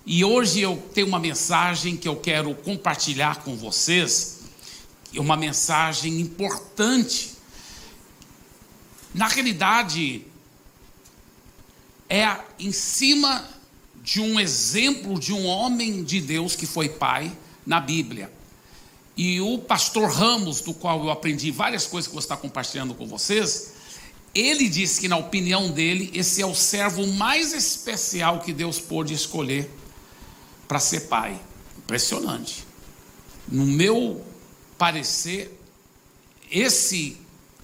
E hoje eu tenho uma mensagem que eu quero compartilhar com vocês, uma mensagem importante. Na realidade, é em cima de um exemplo de um homem de Deus que foi pai na Bíblia. E o pastor Ramos, do qual eu aprendi várias coisas que vou estar compartilhando com vocês, ele disse que, na opinião dele, esse é o servo mais especial que Deus pôde escolher para ser pai. Impressionante. No meu parecer, esse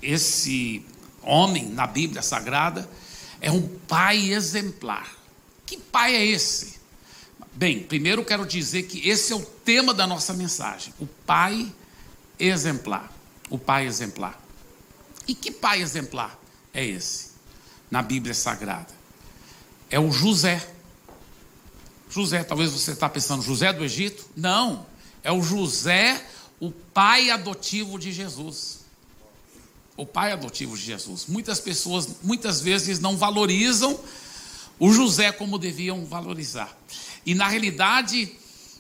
homem na Bíblia Sagrada é um pai exemplar. Que pai é esse? Bem, primeiro quero dizer que esse é o tema da nossa mensagem, o pai exemplar. O pai exemplar. E que pai exemplar é esse na Bíblia Sagrada? É o José. José, talvez você está pensando, José do Egito? Não, é o José, o pai adotivo de Jesus. O pai adotivo de Jesus. Muitas pessoas, muitas vezes, não valorizam o José como deviam valorizar. E na realidade,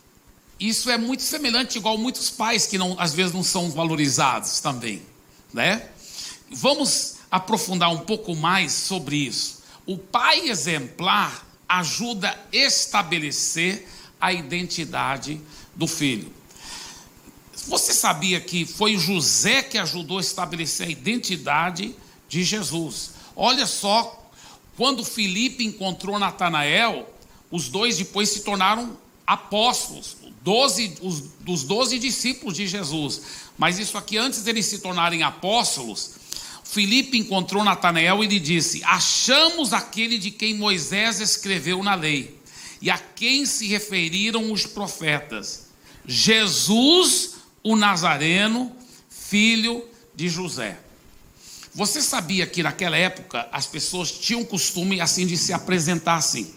isso é muito semelhante, igual muitos pais que às vezes não são valorizados também, né? Vamos aprofundar um pouco mais sobre isso. O pai exemplar ajuda a estabelecer a identidade do filho. Você sabia que foi José que ajudou a estabelecer a identidade de Jesus? Olha só, quando Filipe encontrou Natanael, os dois depois se tornaram apóstolos, dos 12 discípulos de Jesus. Mas isso aqui, antes deles se tornarem apóstolos, Filipe encontrou Natanael e lhe disse: achamos aquele de quem Moisés escreveu na lei, e a quem se referiram os profetas, Jesus, o Nazareno, filho de José. Você sabia que naquela época as pessoas tinham costume assim de se apresentar assim: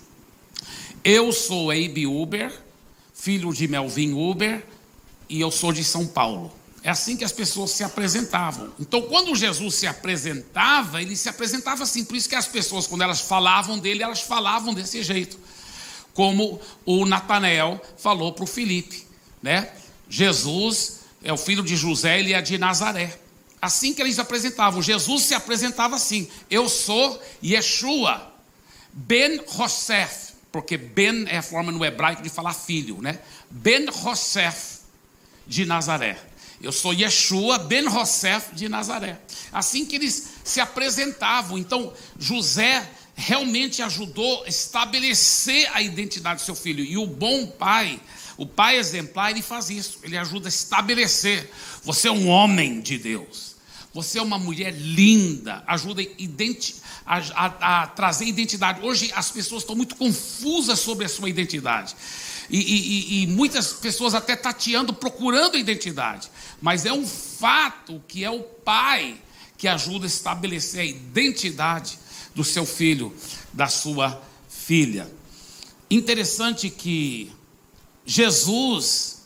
eu sou Abe Uber, filho de Melvin Uber, e eu sou de São Paulo. É assim que as pessoas se apresentavam. Então, quando Jesus se apresentava, ele se apresentava assim. Por isso que as pessoas, quando elas falavam dele, elas falavam desse jeito. Como o Natanael falou para o Filipe, né? Jesus é o filho de José, ele é de Nazaré. Assim que eles se apresentavam. Jesus se apresentava assim: eu sou Yeshua ben Yosef, porque Ben é a forma no hebraico de falar filho, né? Ben Yosef de Nazaré. Eu sou Yeshua ben Yosef de Nazaré. Assim que eles se apresentavam. Então, José realmente ajudou a estabelecer a identidade do seu filho. E o bom pai, o pai exemplar, ele faz isso. Ele ajuda a estabelecer. Você é um homem de Deus. Você é uma mulher linda. Ajuda a trazer identidade. Hoje as pessoas estão muito confusas sobre a sua identidade. E muitas pessoas até tateando, procurando identidade. Mas é um fato que é o pai que ajuda a estabelecer a identidade do seu filho, da sua filha. Interessante que Jesus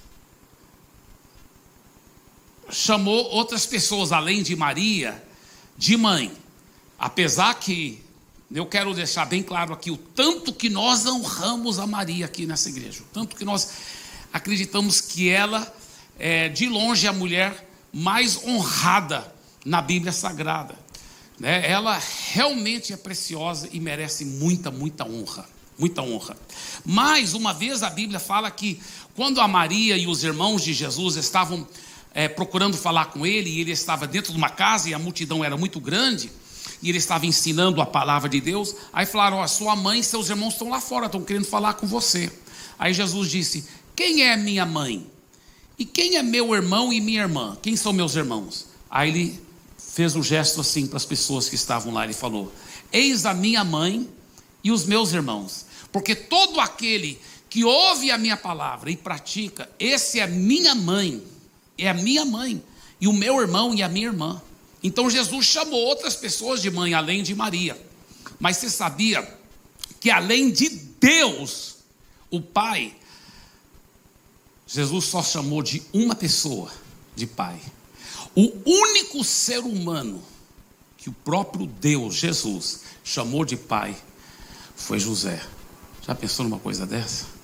chamou outras pessoas, além de Maria, de mãe. Apesar que, eu quero deixar bem claro aqui, o tanto que nós honramos a Maria aqui nessa igreja, o tanto que nós acreditamos que ela é, de longe, a mulher mais honrada na Bíblia Sagrada, né? Ela realmente é preciosa e merece muita honra, muita honra. Mais uma vez a Bíblia fala que quando a Maria e os irmãos de Jesus estavam procurando falar com ele, e ele estava dentro de uma casa e a multidão era muito grande, e ele estava ensinando a palavra de Deus, aí falaram: ó, sua mãe e seus irmãos estão lá fora, estão querendo falar com você. Aí Jesus disse: quem é minha mãe? E quem é meu irmão e minha irmã? Quem são meus irmãos? Aí ele fez um gesto assim para as pessoas que estavam lá, ele falou: eis a minha mãe e os meus irmãos, porque todo aquele que ouve a minha palavra e pratica, esse é minha mãe, é a minha mãe, e o meu irmão e a minha irmã. Então Jesus chamou outras pessoas de mãe, além de Maria. Mas você sabia que além de Deus, o Pai, Jesus só chamou de uma pessoa de pai. O único ser humano que o próprio Deus, Jesus, chamou de pai foi José. Já pensou numa coisa dessa?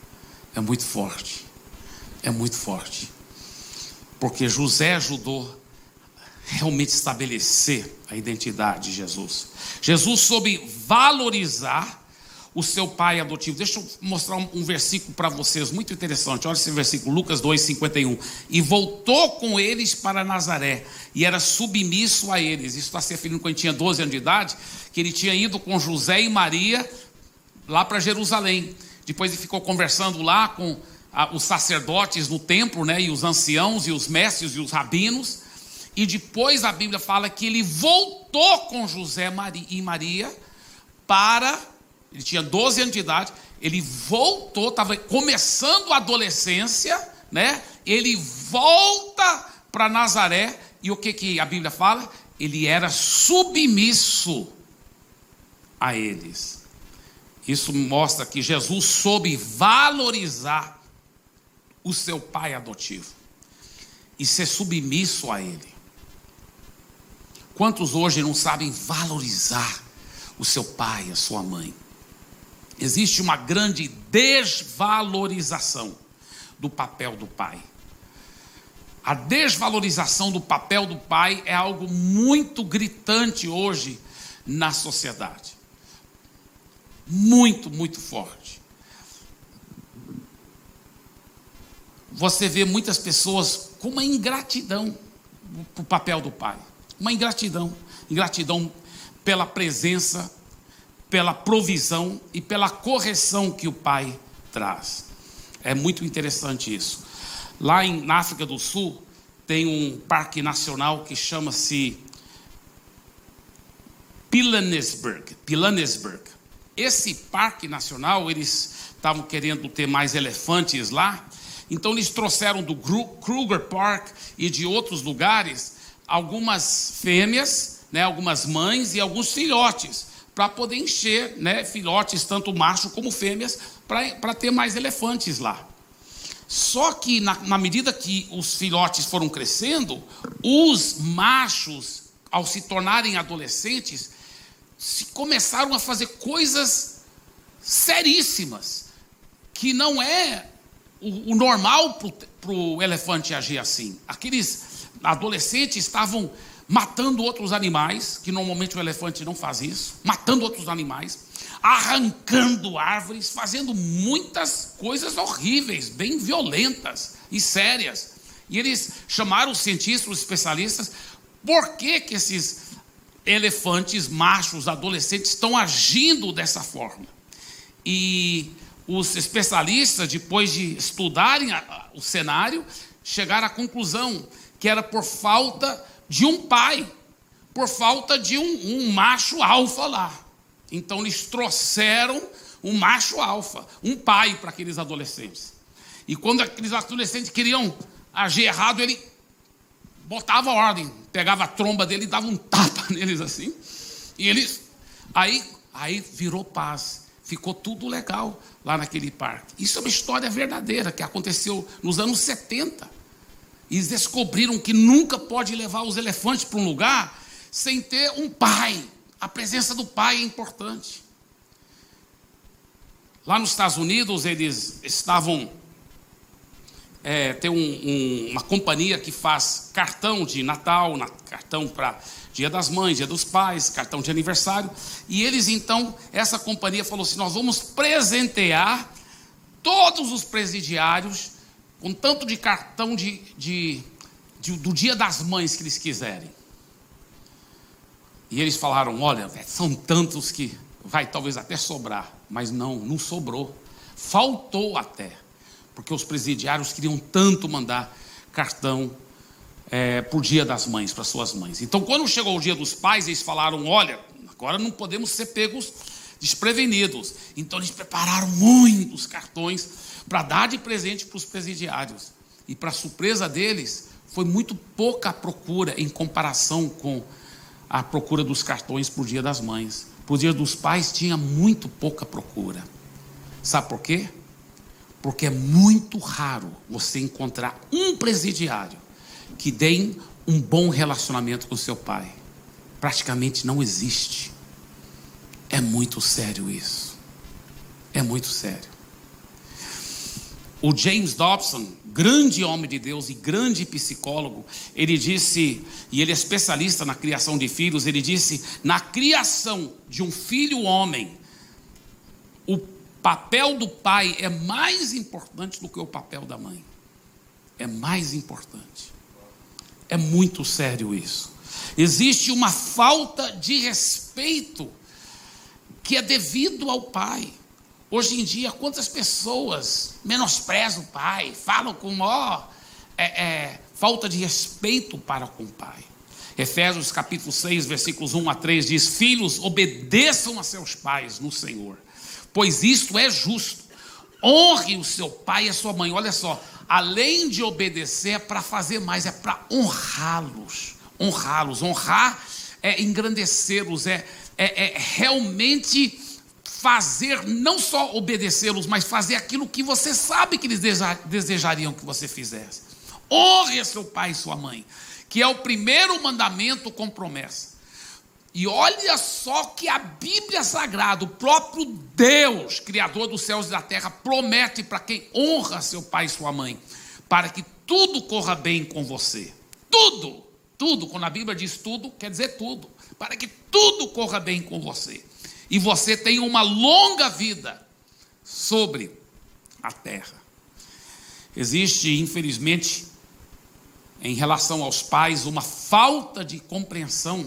É muito forte. É muito forte. Porque José ajudou realmente estabelecer a identidade de Jesus. Jesus soube valorizar o seu pai adotivo. Deixa eu mostrar um versículo para vocês, muito interessante. Olha esse versículo, Lucas 2:51. E voltou com eles para Nazaré, e era submisso a eles. Isso está se referindo quando ele tinha 12 anos de idade, que ele tinha ido com José e Maria lá para Jerusalém. Depois ele ficou conversando lá com os sacerdotes no templo, né, e os anciãos, e os mestres, e os rabinos. E depois a Bíblia fala que ele voltou com José e Maria para... Ele tinha 12 anos de idade, ele voltou, estava começando a adolescência, né? Ele volta para Nazaré, e o que a Bíblia fala? Ele era submisso a eles. Isso mostra que Jesus soube valorizar o seu pai adotivo e ser submisso a ele. Quantos hoje não sabem valorizar o seu pai, a sua mãe? Existe uma grande desvalorização do papel do pai. A desvalorização do papel do pai é algo muito gritante hoje na sociedade. Muito, muito forte. Você vê muitas pessoas com uma ingratidão para o papel do pai. Uma ingratidão. Ingratidão pela presença, pela provisão e pela correção que o pai traz. É muito interessante isso. Lá na África do Sul, tem um parque nacional que chama-se Pilanesberg. Esse parque nacional, eles estavam querendo ter mais elefantes lá, então eles trouxeram do Kruger Park e de outros lugares algumas fêmeas, né, algumas mães e alguns filhotes, para poder encher, né, filhotes, tanto macho como fêmeas, para ter mais elefantes lá. Só que na medida que os filhotes foram crescendo, os machos, ao se tornarem adolescentes, começaram a fazer coisas seríssimas, que não é o normal para o elefante agir assim. Aqueles adolescentes estavam matando outros animais, que normalmente o elefante não faz isso, matando outros animais, arrancando árvores, fazendo muitas coisas horríveis, bem violentas e sérias. E eles chamaram os cientistas, os especialistas, por que esses elefantes machos, adolescentes, estão agindo dessa forma? E os especialistas, depois de estudarem o cenário, chegaram à conclusão que era por falta de um pai, por falta de um macho alfa lá. Então eles trouxeram um macho alfa, um pai para aqueles adolescentes. E quando aqueles adolescentes queriam agir errado, ele botava ordem, pegava a tromba dele e dava um tapa neles assim. E eles, aí virou paz, ficou tudo legal lá naquele parque. Isso é uma história verdadeira que aconteceu nos anos 70. E eles descobriram que nunca pode levar os elefantes para um lugar sem ter um pai. A presença do pai é importante. Lá nos Estados Unidos, eles estavam... tem uma companhia que faz cartão de Natal, cartão para Dia das Mães, Dia dos Pais, cartão de aniversário. E eles, então, essa companhia falou assim, nós vamos presentear todos os presidiários com tanto de cartão do Dia das Mães que eles quiserem. E eles falaram, olha, são tantos que vai talvez até sobrar. Mas não sobrou. Faltou até. Porque os presidiários queriam tanto mandar cartão por Dia das Mães, para suas mães. Então, quando chegou o Dia dos Pais, eles falaram, olha, agora não podemos ser pegos desprevenidos. Então, eles prepararam muitos cartões para dar de presente para os presidiários. E, para surpresa deles, foi muito pouca a procura em comparação com a procura dos cartões por Dia das Mães. Por Dia dos Pais, tinha muito pouca procura. Sabe por quê? Porque é muito raro você encontrar um presidiário que tenha um bom relacionamento com seu pai. Praticamente não existe. É muito sério isso. É muito sério. O James Dobson, grande homem de Deus e grande psicólogo, ele disse, e ele é especialista na criação de filhos, ele disse: na criação de um filho homem, o papel do pai é mais importante do que o papel da mãe. É mais importante. É muito sério isso. Existe uma falta de respeito que é devido ao pai. Hoje em dia, quantas pessoas menosprezam o pai, falam com falta de respeito para com o pai. Efésios capítulo 6, versículos 1 a 3 diz: filhos, obedeçam a seus pais no Senhor, pois isto é justo. Honre o seu pai e a sua mãe. Olha só, além de obedecer, é para fazer mais, é para honrá-los. Honrar é engrandecê-los, é realmente fazer, não só obedecê-los, mas fazer aquilo que você sabe que eles desejariam que você fizesse. Honre seu pai e sua mãe, que é o primeiro mandamento com promessa. E olha só que a Bíblia Sagrada, o próprio Deus, Criador dos céus e da terra, promete para quem honra seu pai e sua mãe, para que tudo corra bem com você. Tudo, quando a Bíblia diz tudo, quer dizer tudo, para que tudo corra bem com você. E você tenha uma longa vida sobre a terra. Existe, infelizmente, em relação aos pais, uma falta de compreensão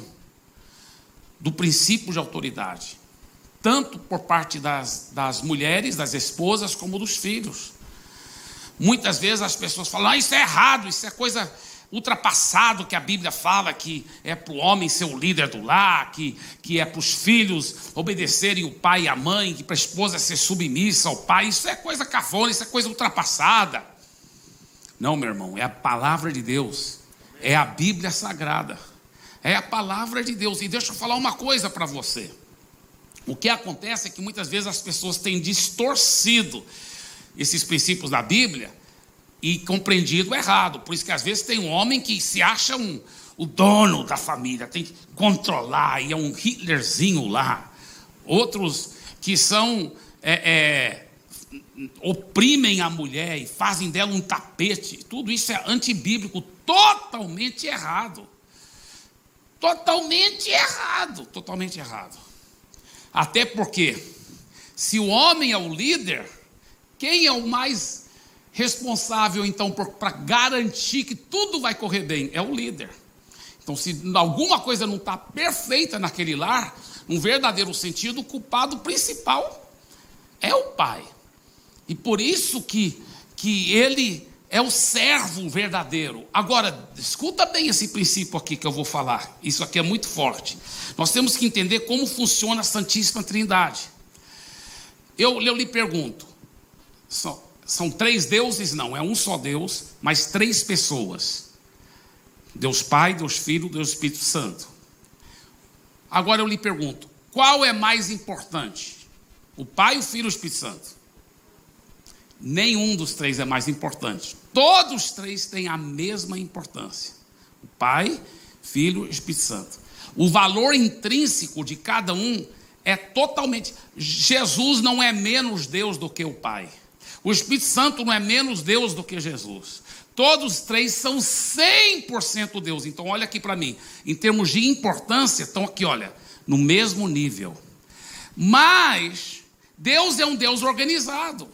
do princípio de autoridade, tanto por parte das mulheres, das esposas, como dos filhos. Muitas vezes as pessoas falam: isso é errado, isso é coisa ultrapassado, que a Bíblia fala que é para o homem ser o líder do lar, que é para os filhos obedecerem o pai e a mãe, que para a esposa ser submissa ao pai. Isso é coisa cafona, isso é coisa ultrapassada. Não, meu irmão, é a palavra de Deus, é a Bíblia Sagrada, é a palavra de Deus. E deixa eu falar uma coisa para você. O que acontece é que muitas vezes as pessoas têm distorcido esses princípios da Bíblia e compreendido errado. Por isso que às vezes tem um homem que se acha o dono da família, tem que controlar, e é um Hitlerzinho lá. Outros que são oprimem a mulher e fazem dela um tapete. Tudo isso é antibíblico, totalmente errado. Totalmente errado. Até porque, se o homem é o líder, quem é o mais responsável, então, para garantir que tudo vai correr bem? É o líder. Então, se alguma coisa não está perfeita naquele lar, num verdadeiro sentido, o culpado principal é o pai. E por isso que ele é o servo verdadeiro. Agora, escuta bem esse princípio aqui que eu vou falar. Isso aqui é muito forte. Nós temos que entender como funciona a Santíssima Trindade. Eu lhe pergunto, são três deuses? Não, é um só Deus, mas três pessoas. Deus Pai, Deus Filho, Deus Espírito Santo. Agora eu lhe pergunto, qual é mais importante? O Pai, o Filho ou o Espírito Santo? Nenhum dos três é mais importante. Todos os três têm a mesma importância. O Pai, Filho e Espírito Santo. O valor intrínseco de cada um é totalmente... Jesus não é menos Deus do que o Pai. O Espírito Santo não é menos Deus do que Jesus. Todos os três são 100% Deus. Então olha aqui para mim. Em termos de importância, estão aqui, olha, no mesmo nível. Mas Deus é um Deus organizado.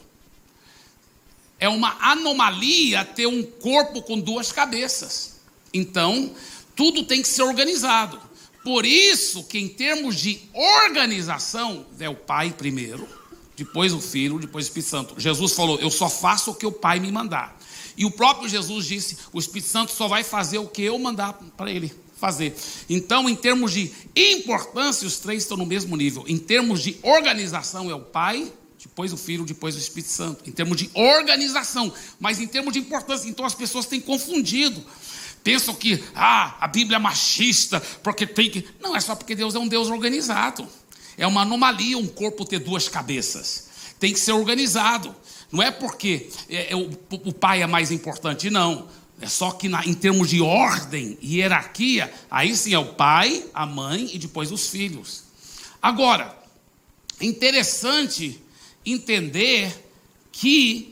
É uma anomalia ter um corpo com duas cabeças. Então, tudo tem que ser organizado. Por isso que em termos de organização, é o Pai primeiro, depois o Filho, depois o Espírito Santo. Jesus falou, eu só faço o que o Pai me mandar. E o próprio Jesus disse, o Espírito Santo só vai fazer o que eu mandar para ele fazer. Então, em termos de importância, os três estão no mesmo nível. Em termos de organização, é o Pai, depois o Filho, depois o Espírito Santo. Em termos de organização, mas em termos de importância. Então as pessoas têm confundido. Pensam que a Bíblia é machista, porque tem que... Não, é só porque Deus é um Deus organizado. É uma anomalia um corpo ter duas cabeças. Tem que ser organizado. Não é porque o pai é mais importante, não. É só que em termos de ordem e hierarquia, aí sim é o pai, a mãe e depois os filhos. Agora, interessante entender que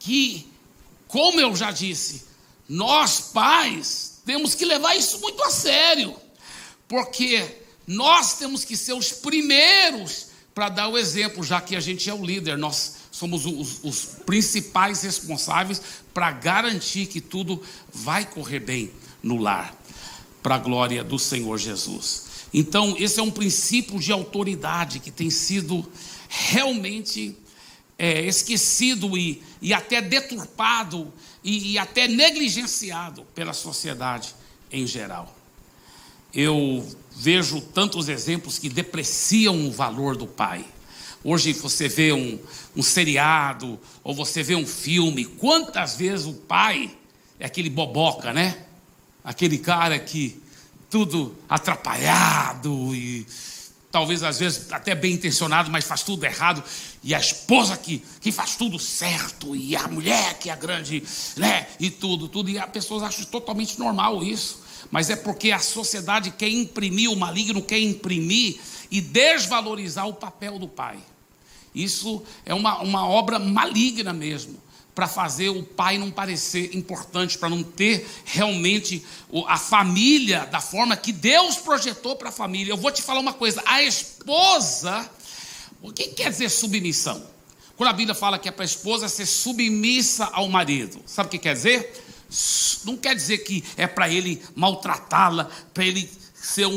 que, como eu já disse, nós pais temos que levar isso muito a sério, porque nós temos que ser os primeiros para dar o exemplo, já que a gente é o líder, nós somos os principais responsáveis para garantir que tudo vai correr bem no lar, para a glória do Senhor Jesus. Então, esse é um princípio de autoridade que tem sido realmente esquecido e até deturpado e até negligenciado pela sociedade em geral. Eu vejo tantos exemplos que depreciam o valor do pai. Hoje você vê um seriado, ou você vê um filme, quantas vezes o pai é aquele boboca, né? Aquele cara que tudo atrapalhado e talvez às vezes até bem intencionado, mas faz tudo errado, e a esposa que faz tudo certo, e a mulher que é a grande, né? E tudo, e as pessoas acham totalmente normal isso, mas é porque a sociedade quer imprimir, o maligno quer imprimir e desvalorizar o papel do pai. Isso é uma obra maligna mesmo, para fazer o pai não parecer importante, para não ter realmente a família da forma que Deus projetou para a família. Eu vou te falar uma coisa, a esposa, o que quer dizer submissão? Quando a Bíblia fala que é para a esposa ser submissa ao marido, sabe o que quer dizer? Não quer dizer que é para ele maltratá-la, para ele ser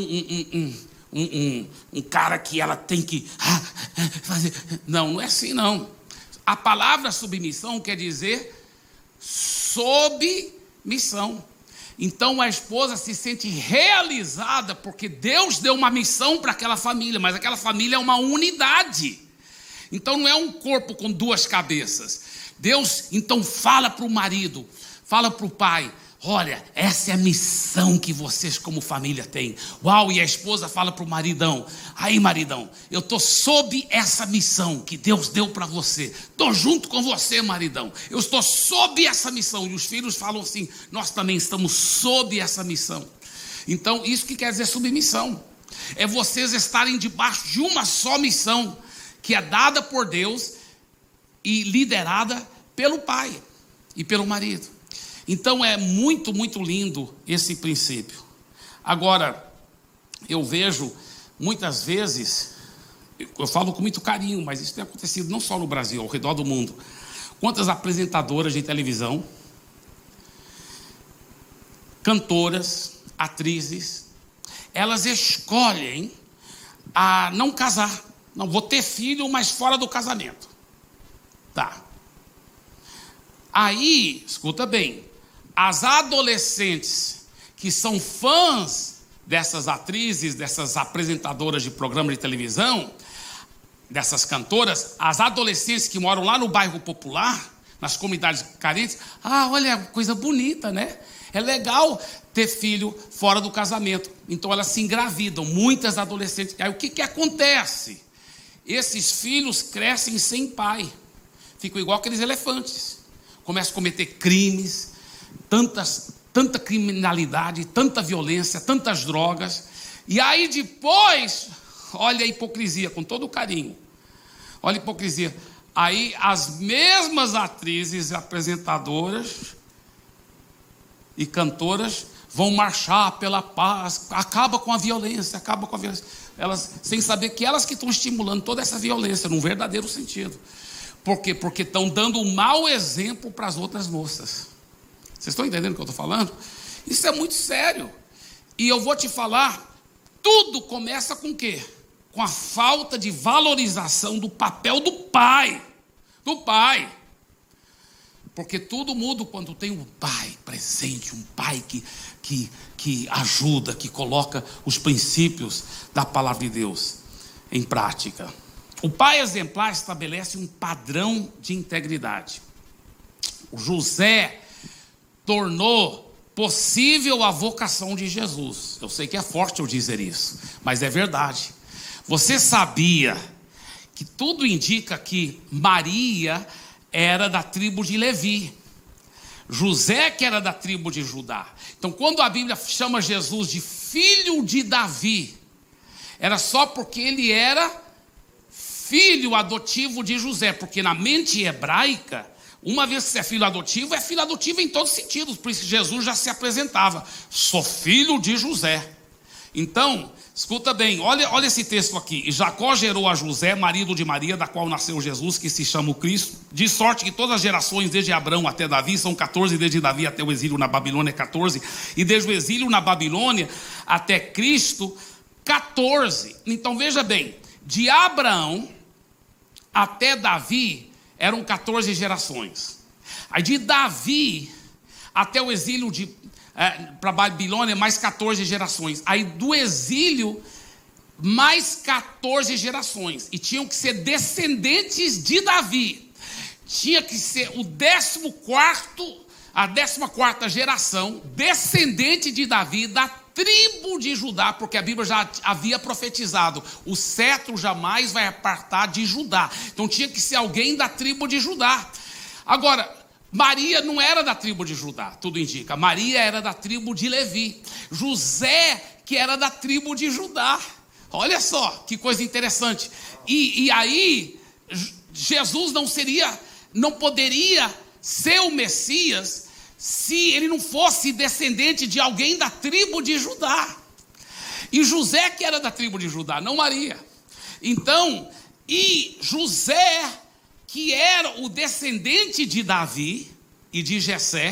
um cara que ela tem que fazer. Não é assim não. A palavra submissão quer dizer sob missão. Então a esposa se sente realizada porque Deus deu uma missão para aquela família, mas aquela família é uma unidade. Então não é um corpo com duas cabeças. Deus então fala para o marido, fala para o pai: olha, essa é a missão que vocês como família têm. Uau, e a esposa fala para o maridão: aí maridão, eu estou sob essa missão que Deus deu para você. Estou junto com você, maridão. Eu estou sob essa missão. E os filhos falam assim: nós também estamos sob essa missão. Então isso que quer dizer submissão. É vocês estarem debaixo de uma só missão, que é dada por Deus e liderada pelo pai e pelo marido. Então é muito, muito lindo esse princípio. Agora, eu vejo muitas vezes, eu falo com muito carinho, mas isso tem acontecido não só no Brasil, ao redor do mundo. Quantas apresentadoras de televisão, cantoras, atrizes, elas escolhem a não casar. Não, vou ter filho, mas fora do casamento. Tá. Aí, escuta bem, as adolescentes que são fãs dessas atrizes, dessas apresentadoras de programa de televisão, dessas cantoras, as adolescentes que moram lá no bairro popular, nas comunidades carentes, olha, coisa bonita, né? É legal ter filho fora do casamento. Então elas se engravidam, muitas adolescentes. Aí o que acontece? Esses filhos crescem sem pai, ficam igual aqueles elefantes, começam a cometer crimes, tanta criminalidade, tanta violência, tantas drogas. E aí depois, olha a hipocrisia, com todo o carinho, olha a hipocrisia. Aí as mesmas atrizes, apresentadoras e cantoras vão marchar pela paz, acaba com a violência, elas, sem saber que elas que estão estimulando toda essa violência, num verdadeiro sentido. Por quê? Porque estão dando um mau exemplo para as outras moças. Vocês estão entendendo o que eu estou falando? Isso é muito sério. E eu vou te falar, tudo começa com o quê? Com a falta de valorização do papel do pai. Do pai. Porque tudo muda quando tem um pai presente, um pai que ajuda, que coloca os princípios da palavra de Deus em prática. O pai exemplar estabelece um padrão de integridade. O José tornou possível a vocação de Jesus. Eu sei que é forte eu dizer isso, mas é verdade. Você sabia que tudo indica que Maria era da tribo de Levi, José que era da tribo de Judá. Então quando a Bíblia chama Jesus de filho de Davi, era só porque ele era filho adotivo de José, porque na mente hebraica Uma vez que você é filho adotivo em todos os sentidos. Por isso que Jesus já se apresentava: sou filho de José. Então, escuta bem, olha esse texto aqui. E Jacó gerou a José, marido de Maria, da qual nasceu Jesus, que se chama o Cristo. De sorte que todas as gerações, desde Abraão até Davi, são 14, desde Davi até o exílio na Babilônia, 14. E desde o exílio na Babilônia até Cristo, 14. Então veja bem, de Abraão até Davi eram 14 gerações. Aí de Davi até o exílio para Babilônia, mais 14 gerações. Aí do exílio, mais 14 gerações. E tinham que ser descendentes de Davi. Tinha que ser a 14ª geração, descendente de Davi, da tribo de Judá, porque a Bíblia já havia profetizado: o cetro jamais vai apartar de Judá. Então tinha que ser alguém da tribo de Judá. Agora, Maria não era da tribo de Judá, tudo indica. Maria era da tribo de Levi. José, que era da tribo de Judá. Olha só que coisa interessante. E aí, Jesus não poderia ser o Messias se ele não fosse descendente de alguém da tribo de Judá. E José que era da tribo de Judá, não Maria. Então, e José, que era o descendente de Davi e de Jessé,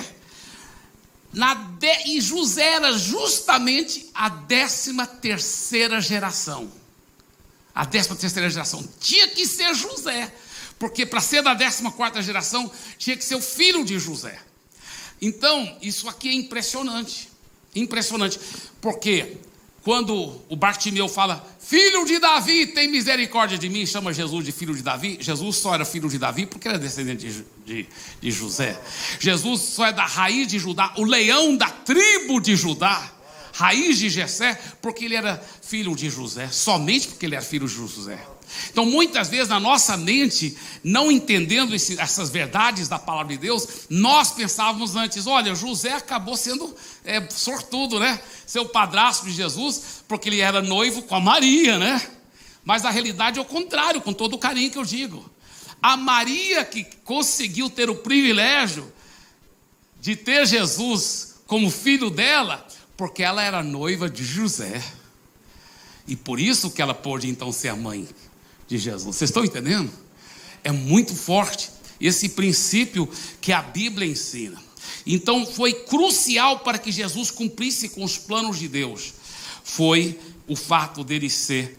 e José era justamente a 13ª geração. A 13ª geração tinha que ser José, porque para ser da 14ª geração tinha que ser o filho de José. Então, isso aqui é impressionante, porque quando o Bartimeu fala: filho de Davi, tem misericórdia de mim, chama Jesus de filho de Davi. Jesus só era filho de Davi porque era descendente de José. Jesus só é da raiz de Judá, o leão da tribo de Judá, raiz de Jessé, porque ele era filho de José, somente porque ele era filho de José. Então, muitas vezes, na nossa mente, não entendendo essas verdades da palavra de Deus, nós pensávamos antes: olha, José acabou sendo sortudo, né? Ser o padrasto de Jesus, porque ele era noivo com a Maria, né? Mas a realidade é o contrário, com todo o carinho que eu digo. A Maria que conseguiu ter o privilégio de ter Jesus como filho dela, porque ela era noiva de José. E por isso que ela pôde então ser a mãe de Jesus. Vocês estão entendendo? É muito forte esse princípio que a Bíblia ensina. Então foi crucial para que Jesus cumprisse com os planos de Deus, foi o fato dele ser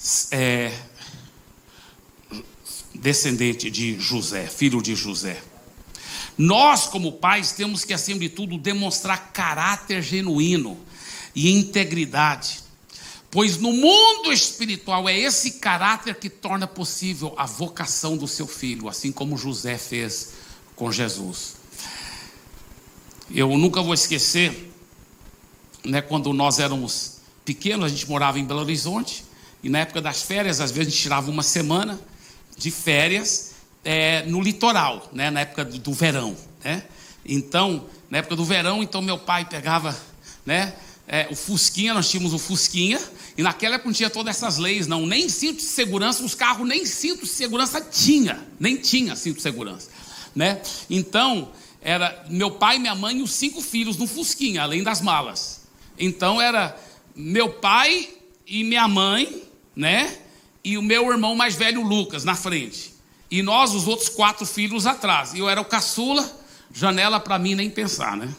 descendente de José, filho de José. Nós, como pais, temos que, acima de tudo, demonstrar caráter genuíno e integridade, pois no mundo espiritual é esse caráter que torna possível a vocação do seu filho, assim como José fez com Jesus. Eu nunca vou esquecer, né, quando nós éramos pequenos, a gente morava em Belo Horizonte, e na época das férias, às vezes a gente tirava uma semana de férias no litoral, né, na época do verão, né? Então, na época do verão, então meu pai pegava, né, o Fusquinha, nós tínhamos o Fusquinha, e naquela época não tinha todas essas leis, não, nem cinto de segurança, os carros nem cinto de segurança nem tinha cinto de segurança, né? Então, era meu pai, minha mãe e os 5 filhos no Fusquinha, além das malas. Então, era meu pai e minha mãe, né? E o meu irmão mais velho, Lucas, na frente. E nós, os outros 4 filhos, atrás. E eu era o caçula, janela para mim nem pensar, né?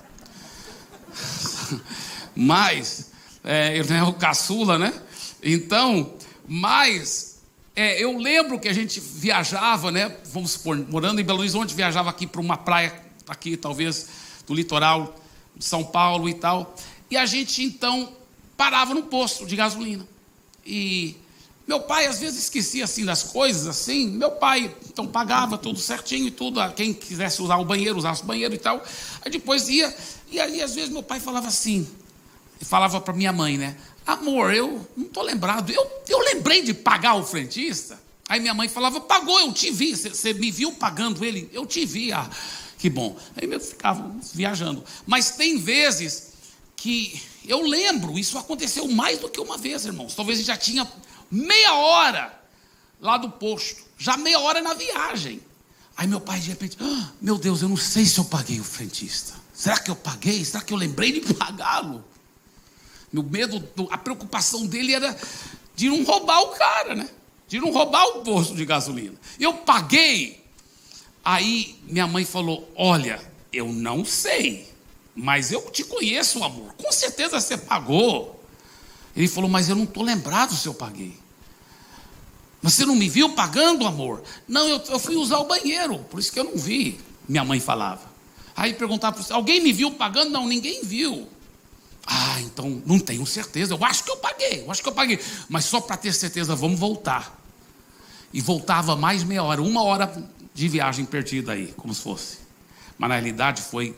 Mas, ele é o caçula, né? Então, mas, eu lembro que a gente viajava, né? Vamos supor, morando em Belo Horizonte, viajava aqui para uma praia, aqui talvez, do litoral de São Paulo e tal. E a gente, então, parava no posto de gasolina. E meu pai, às vezes, esquecia, assim, das coisas, assim. Meu pai, então, pagava tudo certinho e tudo. Quem quisesse usar o banheiro, usasse o banheiro e tal. Aí depois ia, e aí, às vezes, meu pai falava assim, falava para minha mãe, né? Amor, eu não estou lembrado. Eu lembrei de pagar o frentista. Aí minha mãe falava: pagou, eu te vi. Você me viu pagando ele? Eu te vi. Ah, que bom. Aí eu ficava viajando. Mas tem vezes que eu lembro, isso aconteceu mais do que uma vez, irmãos. Talvez a gente já tinha meia hora lá do posto, já meia hora na viagem. Aí meu pai de repente, meu Deus, eu não sei se eu paguei o frentista. Será que eu paguei? Será que eu lembrei de pagá-lo? Meu medo, a preocupação dele era de não roubar o cara, né? De não roubar o posto de gasolina. Eu paguei. Aí minha mãe falou, olha, eu não sei, mas eu te conheço, amor. Com certeza você pagou. Ele falou, mas eu não estou lembrado se eu paguei. Mas você não me viu pagando, amor? Não, eu fui usar o banheiro, por isso que eu não vi. Minha mãe falava. Aí perguntava para você, alguém me viu pagando? Não, ninguém viu. Ah, então não tenho certeza, eu acho que eu paguei. Mas só para ter certeza, vamos voltar. E voltava mais meia hora, 1 hora de viagem perdida aí, como se fosse. Mas na realidade foi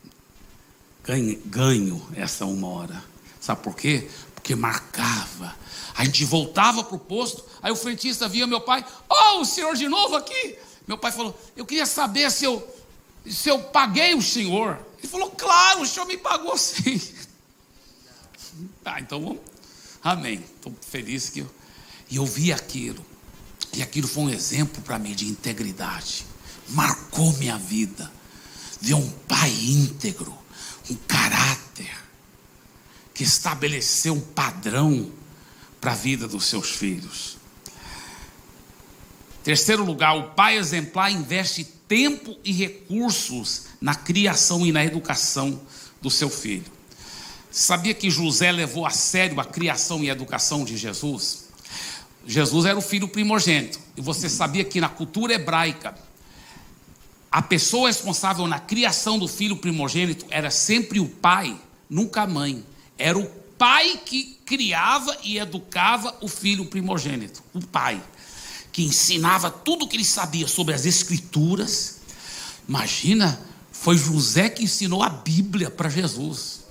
ganho essa 1 hora. Sabe por quê? Porque marcava. A gente voltava para o posto, aí o frentista via meu pai, o senhor de novo aqui? Meu pai falou, eu queria saber se eu paguei o senhor. Ele falou, claro, o senhor me pagou sim. Então vamos. Amém. Estou feliz que eu vi aquilo. E aquilo foi um exemplo para mim de integridade. Marcou minha vida. Ver um pai íntegro, um caráter, que estabeleceu um padrão para a vida dos seus filhos. Terceiro lugar, o pai exemplar investe tempo e recursos na criação e na educação do seu filho. Sabia que José levou a sério a criação e a educação de Jesus? Jesus era o filho primogênito. E você sabia que na cultura hebraica, a pessoa responsável na criação do filho primogênito era sempre o pai, nunca a mãe. Era o pai que criava e educava o filho primogênito. O pai, que ensinava tudo o que ele sabia sobre as escrituras. Imagina, foi José que ensinou a Bíblia para Jesus.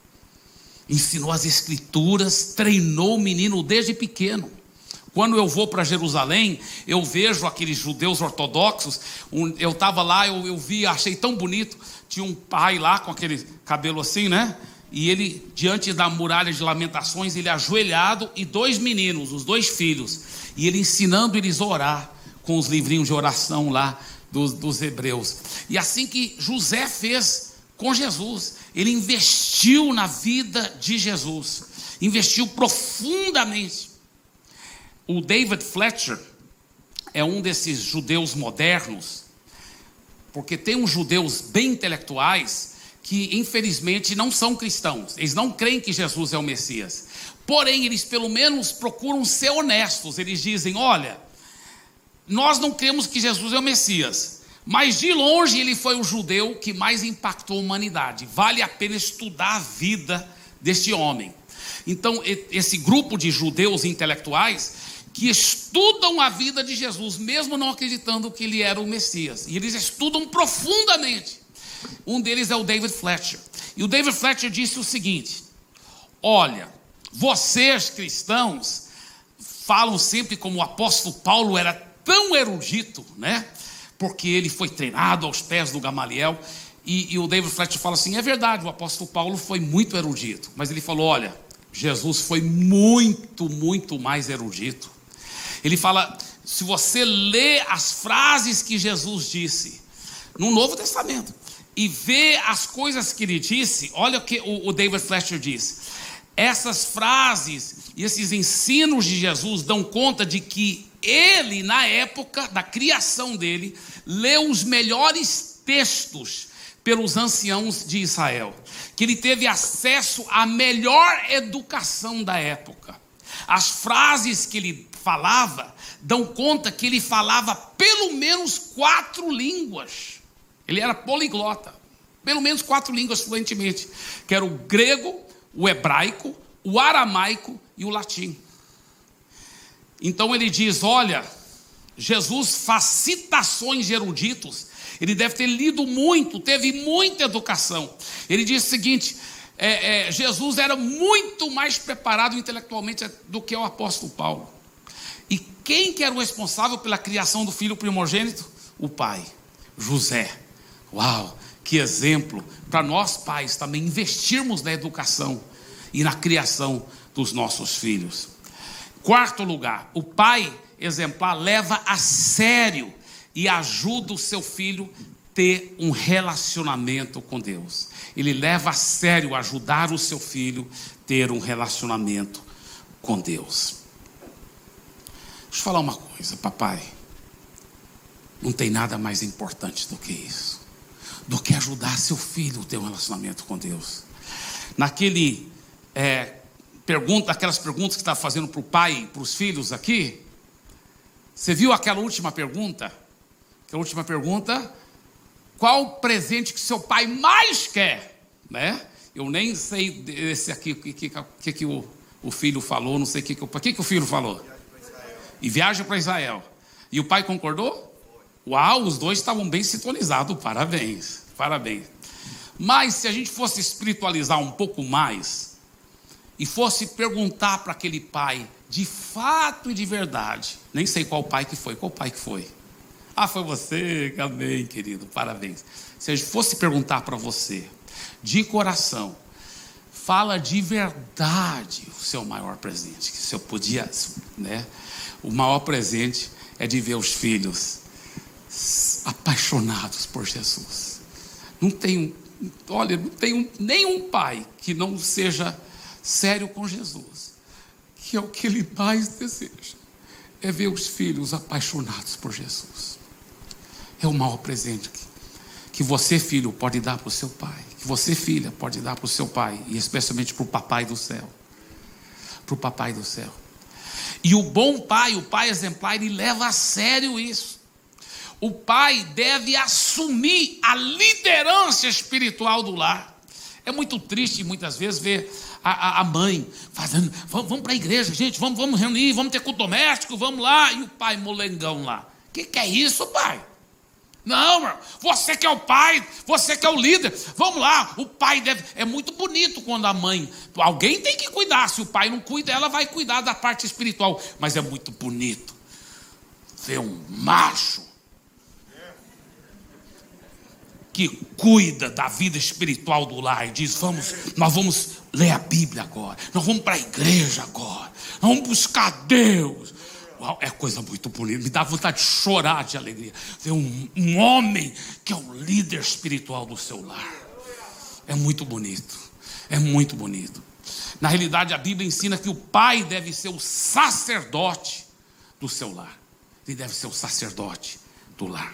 Ensinou as escrituras, treinou o menino desde pequeno. Quando eu vou para Jerusalém, eu vejo aqueles judeus ortodoxos. Eu estava lá, eu vi, achei tão bonito. Tinha um pai lá com aquele cabelo assim, né? E ele, diante da muralha de lamentações, ele ajoelhado e 2 meninos, os 2 filhos. E ele ensinando eles a orar com os livrinhos de oração lá dos hebreus. E assim que José fez com Jesus, ele investiu na vida de Jesus. Investiu profundamente. O David Fletcher é um desses judeus modernos, porque tem uns judeus bem intelectuais que infelizmente não são cristãos, eles não creem que Jesus é o Messias, porém eles pelo menos procuram ser honestos. Eles dizem, olha, nós não cremos que Jesus é o Messias, mas de longe ele foi o judeu que mais impactou a humanidade, vale a pena estudar a vida deste homem. Então esse grupo de judeus intelectuais que estudam a vida de Jesus, mesmo não acreditando que ele era o Messias, e eles estudam profundamente. Um deles é o David Fletcher, e o David Fletcher disse o seguinte: olha, vocês cristãos falam sempre como o apóstolo Paulo era tão erudito, né? Porque ele foi treinado aos pés do Gamaliel, e o David Fletcher fala assim, é verdade, o apóstolo Paulo foi muito erudito, mas ele falou, olha, Jesus foi muito, muito mais erudito. Ele fala, se você lê as frases que Jesus disse no Novo Testamento e vê as coisas que ele disse, olha o que o David Fletcher diz. Essas frases e esses ensinos de Jesus dão conta de que ele, na época da criação dele, leu os melhores textos pelos anciãos de Israel, que ele teve acesso à melhor educação da época. As frases que ele falava dão conta que ele falava pelo menos 4 línguas. Ele era poliglota, pelo menos 4 línguas fluentemente, que era o grego, o hebraico, o aramaico e o latim. Então ele diz, olha, Jesus faz citações de eruditos, ele deve ter lido muito, teve muita educação. Ele diz o seguinte, Jesus era muito mais preparado intelectualmente do que o apóstolo Paulo. E quem que era o responsável pela criação do filho primogênito? O pai, José. Uau, que exemplo para nós pais também investirmos na educação e na criação dos nossos filhos. Quarto lugar, o pai exemplar leva a sério e ajuda o seu filho a ter um relacionamento com Deus. Ele leva a sério ajudar o seu filho a ter um relacionamento com Deus. Deixa eu falar uma coisa, papai. Não tem nada mais importante do que isso, do que ajudar seu filho a ter um relacionamento com Deus. Aquelas perguntas que está fazendo para o pai e para os filhos aqui, você viu aquela última pergunta? Aquela última pergunta: qual o presente que seu pai mais quer? Né? Eu nem sei esse aqui, o que o filho falou, não sei o que o filho falou. E viaja para Israel. E o pai concordou? Uau, os dois estavam bem sintonizados, parabéns, parabéns. Mas se a gente fosse espiritualizar um pouco mais, e fosse perguntar para aquele pai, de fato e de verdade, nem sei qual pai que foi, Ah, foi você, amém, querido, parabéns. Se a gente fosse perguntar para você, de coração, fala de verdade o seu maior presente, que o senhor podia, né? O maior presente é de ver os filhos apaixonados por Jesus. Não tem nenhum pai que não seja sério com Jesus, que é o que ele mais deseja, é ver os filhos apaixonados por Jesus. É o maior presente que você, filho, pode dar para o seu pai, que você, filha, pode dar para o seu pai, e especialmente para o papai do céu. Para o papai do céu. E o bom pai, o pai exemplar, ele leva a sério isso. O pai deve assumir a liderança espiritual do lar. É muito triste muitas vezes ver a mãe fazendo, vamos para a igreja, gente, vamos reunir, vamos ter culto doméstico, vamos lá, e o pai molengão lá. Que é isso, pai? Não, irmão, você que é o pai, você que é o líder, vamos lá. O pai deve, é muito bonito quando a mãe, alguém tem que cuidar, se o pai não cuida, ela vai cuidar da parte espiritual, mas é muito bonito ver um macho que cuida da vida espiritual do lar e diz, nós vamos ler a Bíblia agora, nós vamos para a igreja agora, nós vamos buscar Deus. Uau, é coisa muito bonita, me dá vontade de chorar de alegria ver um homem que é o líder espiritual do seu lar. É muito bonito, é muito bonito. Na realidade, a Bíblia ensina que o pai deve ser o sacerdote do seu lar. Ele deve ser o sacerdote do lar.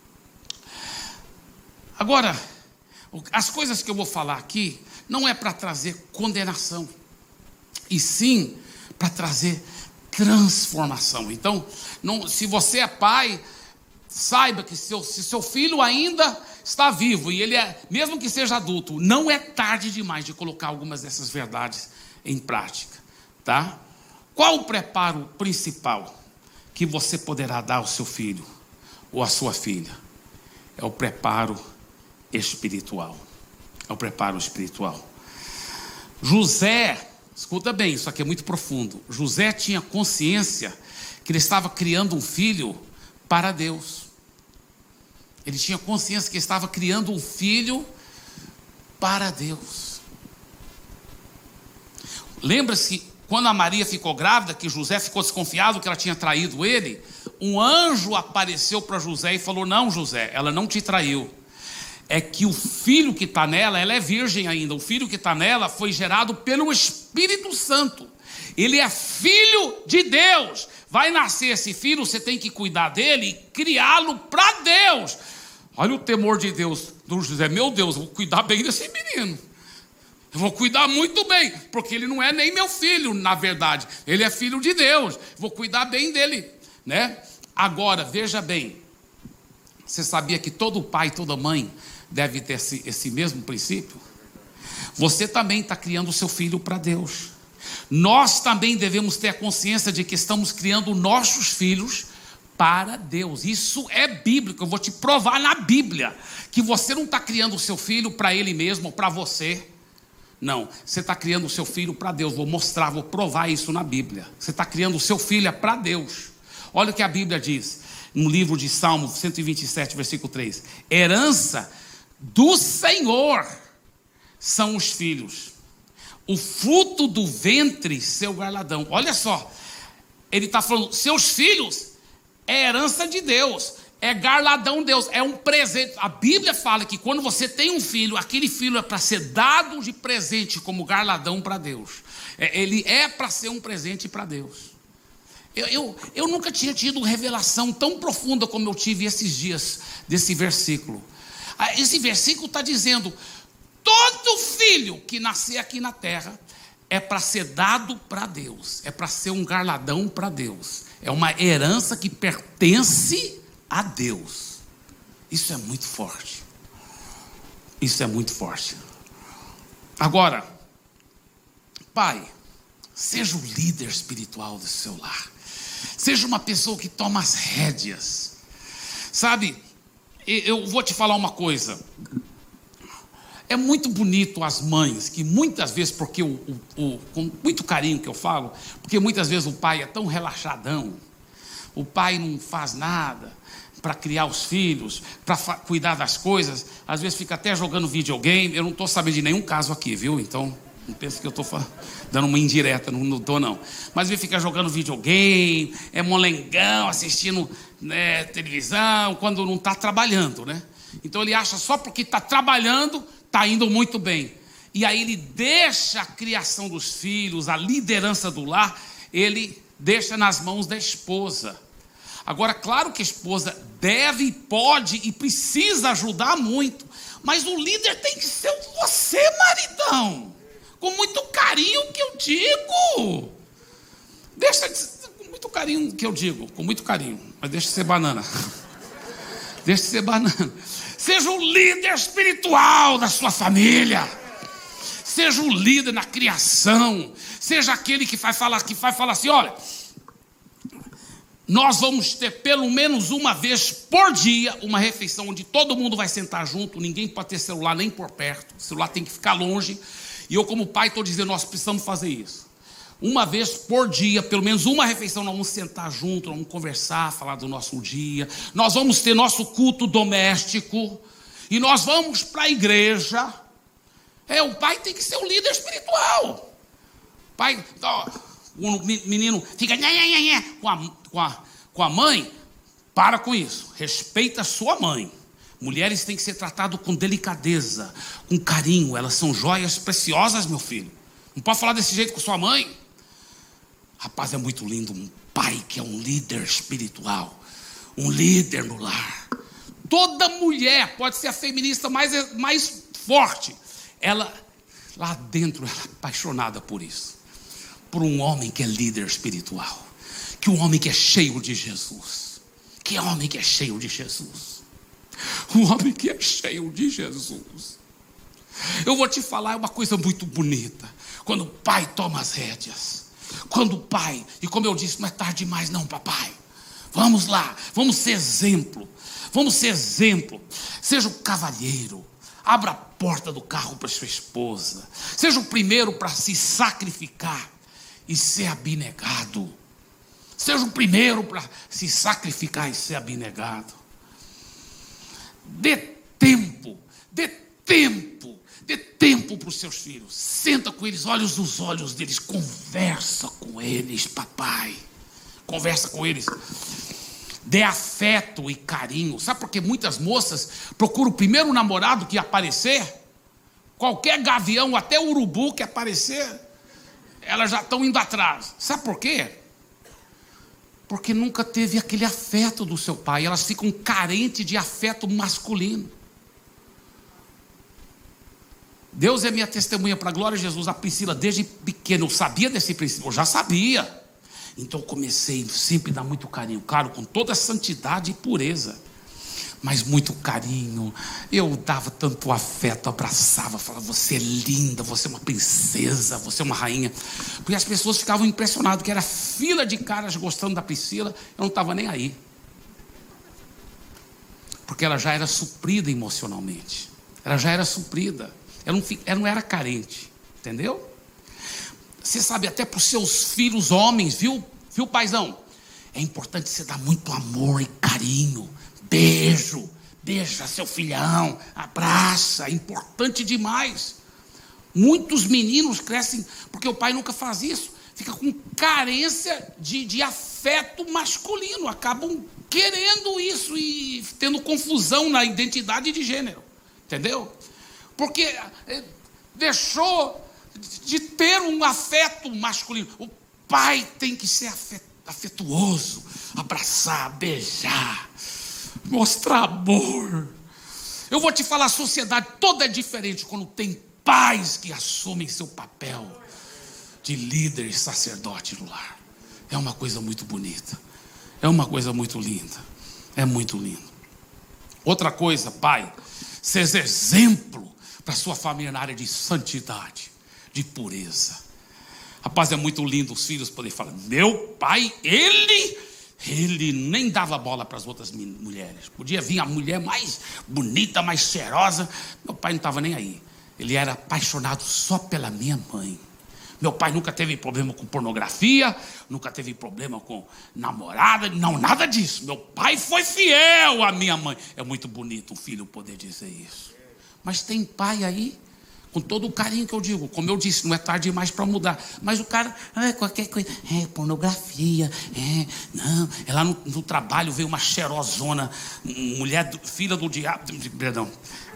Agora, as coisas que eu vou falar aqui não é para trazer condenação, e sim para trazer transformação. Então, se você é pai, saiba que se seu filho ainda está vivo, e ele mesmo que seja adulto, não é tarde demais de colocar algumas dessas verdades em prática, tá? Qual o preparo principal que você poderá dar ao seu filho ou à sua filha? É o preparo espiritual. É o preparo espiritual. José, escuta bem, isso aqui é muito profundo. José tinha consciência que ele estava criando um filho para Deus. Ele tinha consciência que estava criando um filho para Deus. Lembra-se quando a Maria ficou grávida, que José ficou desconfiado que ela tinha traído ele? Um anjo apareceu para José e falou, não, José, ela não te traiu. É que o filho que está nela, ela é virgem ainda, o filho que está nela foi gerado pelo Espírito Santo. Ele é filho de Deus. Vai nascer esse filho, você tem que cuidar dele e criá-lo para Deus. Olha o temor de Deus do José. Meu Deus, eu vou cuidar bem desse menino. Eu vou cuidar muito bem, porque ele não é nem meu filho, na verdade. Ele é filho de Deus. Vou cuidar bem dele, né? Agora, veja bem. Você sabia que todo pai, toda mãe deve ter esse mesmo princípio? Você também está criando o seu filho para Deus. Nós também devemos ter a consciência de que estamos criando nossos filhos para Deus. Isso é bíblico. Eu vou te provar na Bíblia que você não está criando o seu filho para ele mesmo ou para você. Não, você está criando o seu filho para Deus. Vou mostrar, vou provar isso na Bíblia. Você está criando o seu filho para Deus. Olha o que a Bíblia diz no livro de Salmo 127, versículo 3. Herança do Senhor são os filhos, o fruto do ventre, seu galardão. Olha só, ele está falando, seus filhos é herança de Deus. é galardão de Deus, é um presente. A Bíblia fala que quando você tem um filho, aquele filho é para ser dado de presente como galardão para Deus. Ele é para ser um presente para Deus. Eu nunca tinha tido revelação tão profunda como eu tive esses dias desse versículo. Esse versículo está dizendo: todo filho que nascer aqui na terra é para ser dado para Deus, é para ser um galardão para Deus, é uma herança que pertence a Deus. Isso é muito forte. Isso é muito forte. Agora, pai, seja o líder espiritual do seu lar. Seja uma pessoa que toma as rédeas. Sabe, eu vou te falar uma coisa. É muito bonito as mães, que muitas vezes, porque com muito carinho que eu falo, porque muitas vezes o pai é tão relaxadão, o pai não faz nada para criar os filhos, para cuidar das coisas, às vezes fica até jogando videogame. Eu não estou sabendo de nenhum caso aqui, viu? Então, não pense que eu estou dando uma indireta, não estou não. Mas ele fica jogando videogame, é molengão, assistindo televisão, quando não está trabalhando, né? Então ele acha só porque está trabalhando, está indo muito bem. E aí ele deixa a criação dos filhos, a liderança do lar, ele deixa nas mãos da esposa. Agora, claro que a esposa deve, pode e precisa ajudar muito, mas o líder tem que ser você, maridão. Com muito carinho que eu digo. Com muito carinho que eu digo, com muito carinho, mas deixa de ser banana. Deixa de ser banana. Seja o líder espiritual da sua família. Seja o líder na criação. Seja aquele que vai falar assim: olha, nós vamos ter pelo menos uma vez por dia uma refeição onde todo mundo vai sentar junto, ninguém pode ter celular nem por perto, o celular tem que ficar longe. E eu, como pai, estou dizendo: nós precisamos fazer isso. Uma vez por dia, pelo menos uma refeição, nós vamos sentar junto, nós vamos conversar, falar do nosso dia. Nós vamos ter nosso culto doméstico. E nós vamos para a igreja. O pai tem que ser o líder espiritual. Pai, o menino fica com a mãe. Para com isso. Respeita a sua mãe. Mulheres têm que ser tratadas com delicadeza, com carinho. Elas são joias preciosas, meu filho. Não pode falar desse jeito com sua mãe. Rapaz, é muito lindo um pai que é um líder espiritual, um líder no lar. Toda mulher pode ser a feminista mais forte. Ela, lá dentro, ela é apaixonada por isso. Por um homem que é líder espiritual. Que um homem que é cheio de Jesus. Que homem que é cheio de Jesus. Um homem que é cheio de Jesus. Eu vou te falar uma coisa muito bonita. Quando o pai toma as rédeas. Quando o pai, e como eu disse, não é tarde demais não, papai. Vamos lá, vamos ser exemplo. Vamos ser exemplo. Seja o cavalheiro. Abra a porta do carro para sua esposa. Seja o primeiro para se sacrificar e ser abnegado. Seja o primeiro para se sacrificar e ser abnegado. Dê tempo para os seus filhos. Senta com eles, olha nos olhos deles, conversa com eles, papai. Conversa com eles. Dê afeto e carinho. Sabe por que muitas moças procuram o primeiro namorado que aparecer? Qualquer gavião, até urubu que aparecer, elas já estão indo atrás. Sabe por quê? Porque nunca teve aquele afeto do seu pai. Elas ficam carentes de afeto masculino. Deus é minha testemunha para a glória de Jesus. A Priscila, desde pequena, eu sabia desse princípio. Eu já sabia. Então eu comecei sempre a dar muito carinho. Claro, com toda a santidade e pureza. Mas muito carinho. Eu dava tanto afeto, abraçava, falava: você é linda, você é uma princesa, você é uma rainha. Porque as pessoas ficavam impressionadas, que era fila de caras gostando da Priscila. Eu não estava nem aí. Porque ela já era suprida emocionalmente. Ela já era suprida. Ela não era carente. Entendeu? Você sabe, até para os seus filhos homens, viu paizão? É importante você dar muito amor e carinho. Beijo, beija seu filhão, abraça, é importante demais. Muitos meninos crescem porque o pai nunca faz isso, fica com carência de afeto masculino, acabam querendo isso e tendo confusão na identidade de gênero, entendeu? Porque deixou de ter um afeto masculino. O pai tem que ser afetuoso, abraçar, beijar, mostrar amor. Eu vou te falar, a sociedade toda é diferente quando tem pais que assumem seu papel de líder e sacerdote no lar. É uma coisa muito bonita, é uma coisa muito linda, é muito lindo. Outra coisa, pai, seja exemplo para sua família na área de santidade, de pureza. Rapaz, é muito lindo os filhos poderem falar: meu pai, ele nem dava bola para as outras mulheres. Podia vir a mulher mais bonita, mais cheirosa. Meu pai não estava nem aí. Ele era apaixonado só pela minha mãe. Meu pai nunca teve problema com pornografia, nunca teve problema com namorada, não, nada disso. Meu pai foi fiel à minha mãe. É muito bonito um filho poder dizer isso. Mas tem pai aí, com todo o carinho que eu digo, como eu disse, não é tarde demais para mudar. Mas o cara, qualquer coisa, pornografia, não. É lá no trabalho veio uma cheirosona, mulher, filha do diabo, perdão,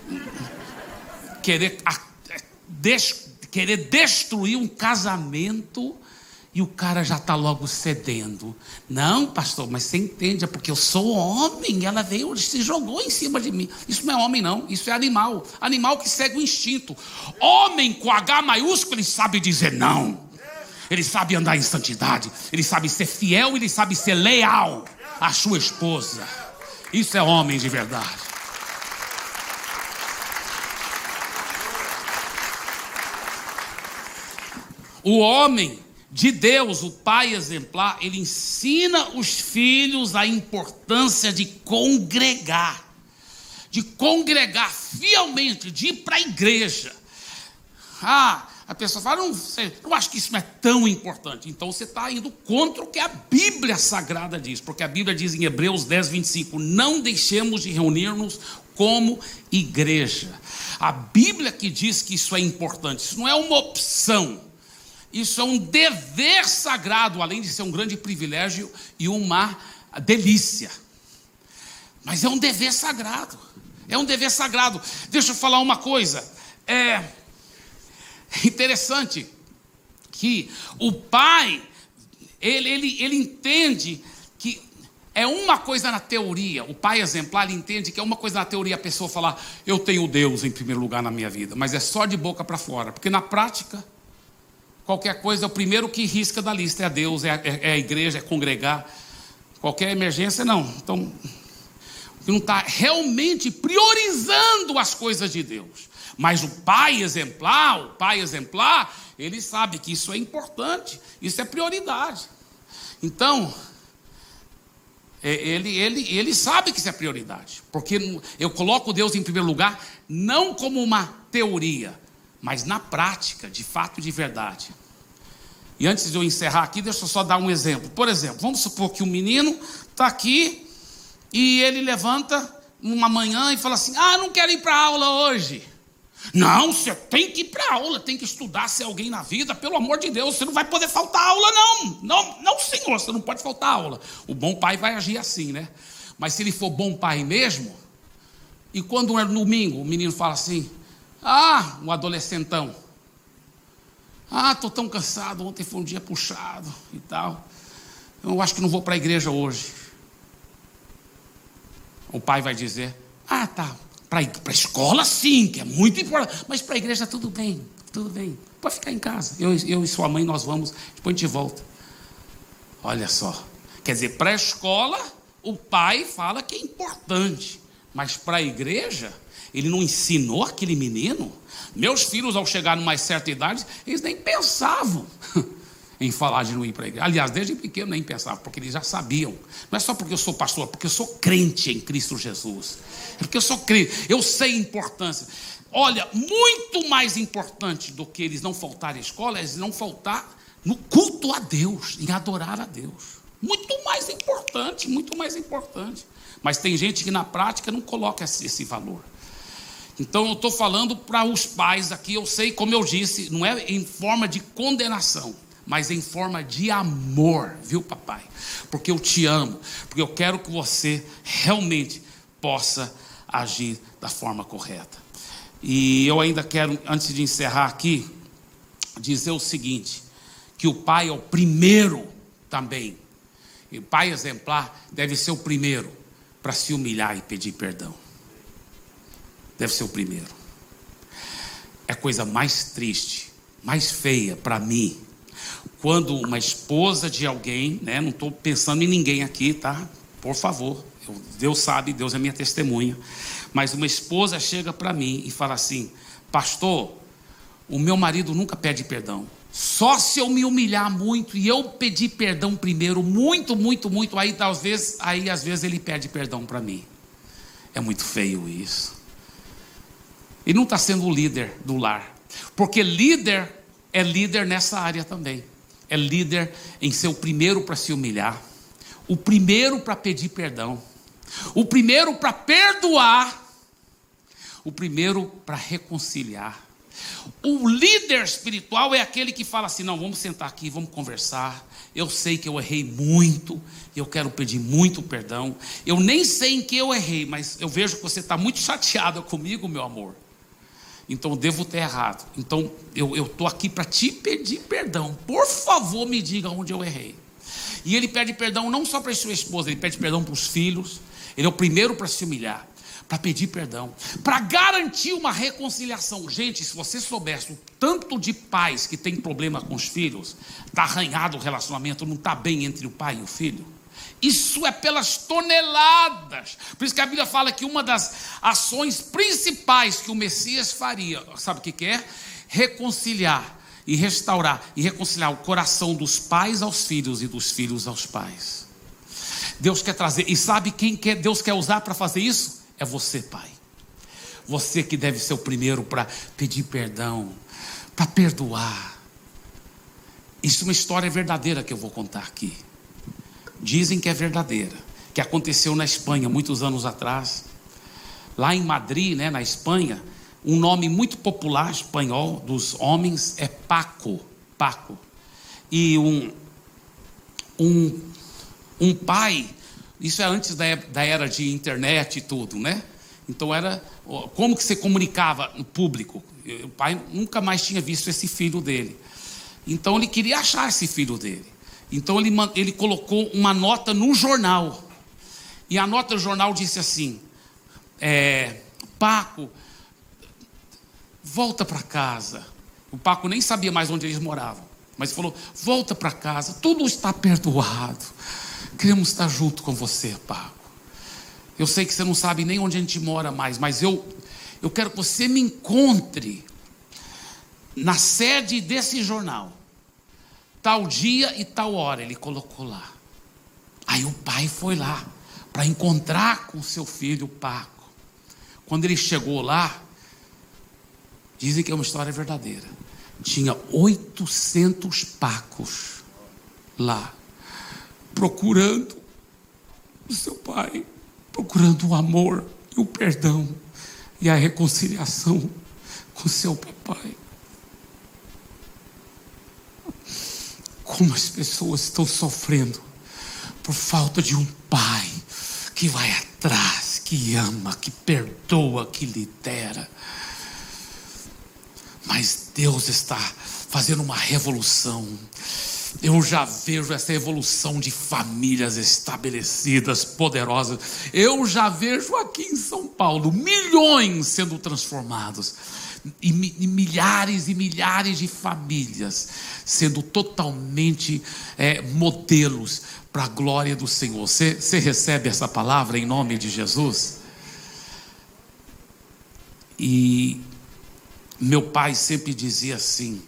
querer destruir um casamento, e o cara já está logo cedendo. Não, pastor, mas você entende, é porque eu sou homem, ela veio, se jogou em cima de mim. Isso não é homem não, isso é animal. Animal que segue o instinto. Homem com H maiúsculo, ele sabe dizer não. Ele sabe andar em santidade, ele sabe ser fiel, ele sabe ser leal à sua esposa. Isso é homem de verdade. O homem de Deus, o pai exemplar, ele ensina os filhos a importância de congregar fielmente, de ir para a igreja. A pessoa fala, não acho que isso não é tão importante. Então você está indo contra o que a Bíblia Sagrada diz, porque a Bíblia diz em Hebreus 10, 25, não deixemos de reunir-nos como igreja. A Bíblia que diz que isso é importante, isso não é uma opção. Isso é um dever sagrado, além de ser um grande privilégio e uma delícia. Mas é um dever sagrado. É um dever sagrado. Deixa eu falar uma coisa. É interessante que o pai, ele entende que é uma coisa na teoria. O pai exemplar, ele entende que é uma coisa na teoria a pessoa falar: eu tenho Deus em primeiro lugar na minha vida. Mas é só de boca para fora. Porque na prática, qualquer coisa, o primeiro que risca da lista é Deus, é a igreja, é congregar. Qualquer emergência, não. Então, não está realmente priorizando as coisas de Deus. Mas o pai exemplar, ele sabe que isso é importante, isso é prioridade. Então, ele sabe que isso é prioridade. Porque eu coloco Deus em primeiro lugar, não como uma teoria, mas na prática, de fato e de verdade. E antes de eu encerrar aqui, deixa eu só dar um exemplo. Por exemplo, vamos supor que o menino está aqui e ele levanta uma manhã e fala assim: não quero ir para a aula hoje. Não, você tem que ir para a aula, tem que estudar, ser alguém na vida, pelo amor de Deus, você não vai poder faltar aula não, senhor, você não pode faltar aula. O bom pai vai agir assim, né? Mas se ele for bom pai mesmo, e quando é domingo, o menino fala assim: um adolescentão, estou tão cansado, ontem foi um dia puxado e tal, eu acho que não vou para a igreja hoje. O pai vai dizer: tá, para a escola sim, que é muito importante, mas para a igreja tudo bem, pode ficar em casa, eu e sua mãe nós vamos, depois a gente volta. Olha só, quer dizer, para a escola o pai fala que é importante, mas para a igreja ele não ensinou aquele menino. Meus filhos, ao chegar numa certa idade, eles nem pensavam em falar de não ir para a igreja. Aliás, desde pequeno nem pensavam, porque eles já sabiam. Não é só porque eu sou pastor, é porque eu sou crente em Cristo Jesus. É porque eu sou crente, eu sei a importância. Olha, muito mais importante do que eles não faltarem à escola, é eles não faltar no culto a Deus, em adorar a Deus. Muito mais importante. Mas tem gente que na prática não coloca esse valor. Então eu estou falando para os pais aqui, eu sei, como eu disse, não é em forma de condenação, mas em forma de amor, viu, papai? Porque eu te amo, porque eu quero que você realmente possa agir da forma correta. E eu ainda quero, antes de encerrar aqui, dizer o seguinte, que o pai é o primeiro também, e o pai exemplar deve ser o primeiro para se humilhar e pedir perdão. Deve ser o primeiro. É a coisa mais triste, mais feia para mim, quando uma esposa de alguém, né, não estou pensando em ninguém aqui, tá? Por favor, Deus sabe, Deus é minha testemunha, mas uma esposa chega para mim e fala assim: pastor, o meu marido nunca pede perdão, só se eu me humilhar muito e eu pedir perdão primeiro, muito, aí às vezes ele pede perdão para mim. É muito feio isso. E não está sendo o líder do lar, porque líder é líder nessa área também, é líder em ser o primeiro para se humilhar, o primeiro para pedir perdão, o primeiro para perdoar, o primeiro para reconciliar. O líder espiritual é aquele que fala assim: não, vamos sentar aqui, vamos conversar, eu sei que eu errei muito, eu quero pedir muito perdão, eu nem sei em que eu errei, mas eu vejo que você está muito chateada comigo, meu amor, então eu devo ter errado, então eu estou aqui para te pedir perdão, por favor me diga onde eu errei. E ele pede perdão não só para a sua esposa, ele pede perdão para os filhos, ele é o primeiro para se humilhar, para pedir perdão, para garantir uma reconciliação. Gente, se você soubesse o tanto de pais que tem problema com os filhos, está arranhado o relacionamento, não está bem entre o pai e o filho, isso é pelas toneladas. Por isso que a Bíblia fala que uma das ações principais que o Messias faria, sabe o que é? Reconciliar e restaurar e reconciliar o coração dos pais aos filhos e dos filhos aos pais. Deus quer trazer, e sabe quem Deus quer usar para fazer isso? É você, pai. Você que deve ser o primeiro para pedir perdão, para perdoar. Isso é uma história verdadeira que eu vou contar aqui. Dizem que é verdadeira, que aconteceu na Espanha muitos anos atrás. Lá em Madrid, né, na Espanha, um nome muito popular espanhol dos homens é Paco. E um pai, isso é antes da era de internet e tudo, né? Então era, como que você comunicava no público? O pai nunca mais tinha visto esse filho dele. Então ele queria achar esse filho dele. Então ele colocou uma nota no jornal. E a nota do jornal disse assim: Paco, volta para casa. O Paco nem sabia mais onde eles moravam, mas falou: volta para casa, tudo está perdoado. Queremos estar junto com você, Paco. Eu sei que você não sabe nem onde a gente mora mais, mas eu quero que você me encontre na sede desse jornal, tal dia e tal hora. Ele colocou lá. Aí o pai foi lá para encontrar com seu filho Paco. Quando ele chegou lá, dizem que é uma história verdadeira, tinha 800 Pacos lá, procurando o seu pai, procurando o amor e o perdão e a reconciliação com seu papai. Como as pessoas estão sofrendo por falta de um pai que vai atrás, que ama, que perdoa, que lidera. Mas Deus está fazendo uma revolução. Eu já vejo essa evolução de famílias estabelecidas, poderosas. Eu já vejo aqui em São Paulo milhões sendo transformados. E milhares e milhares de famílias sendo totalmente modelos para a glória do Senhor. Você recebe essa palavra em nome de Jesus? E meu pai sempre dizia assim: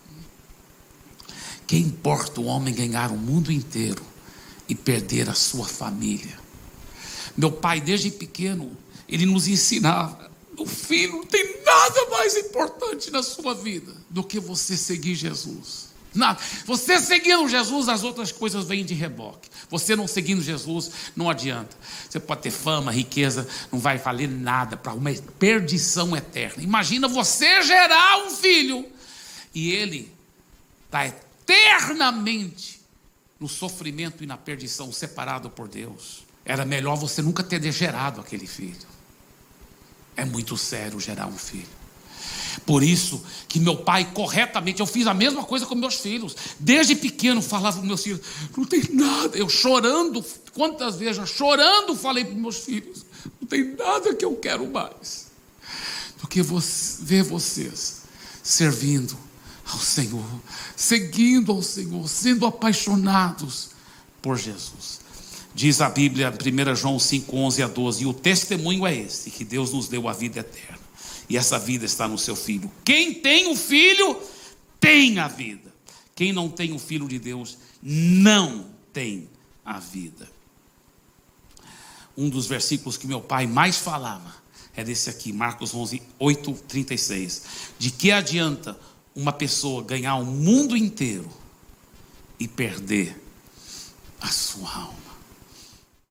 que importa o homem ganhar o mundo inteiro e perder a sua família? Meu pai, desde pequeno, ele nos ensinava: o filho, não tem nada mais importante na sua vida do que você seguir Jesus. Nada. Você seguindo Jesus, as outras coisas vêm de reboque. Você não seguindo Jesus, não adianta. Você pode ter fama, riqueza, não vai valer nada para uma perdição eterna. Imagina você gerar um filho e ele está eternamente no sofrimento e na perdição, separado por Deus, era melhor você nunca ter gerado aquele filho. É muito sério gerar um filho. Por isso que meu pai, corretamente, eu fiz a mesma coisa com meus filhos. Desde pequeno falava para meus filhos, não tem nada. Eu chorando, quantas vezes eu chorando falei para meus filhos, não tem nada que eu quero mais do que ver vocês servindo ao Senhor, seguindo ao Senhor, sendo apaixonados por Jesus. Diz a Bíblia, 1 João 5:11-12, e o testemunho é esse, que Deus nos deu a vida eterna, e essa vida está no seu Filho. Quem tem o Filho, tem a vida. Quem não tem o Filho de Deus, não tem a vida. Um dos versículos que meu pai mais falava é desse aqui, Marcos 8:36. De que adianta uma pessoa ganhar o mundo inteiro e perder a sua alma?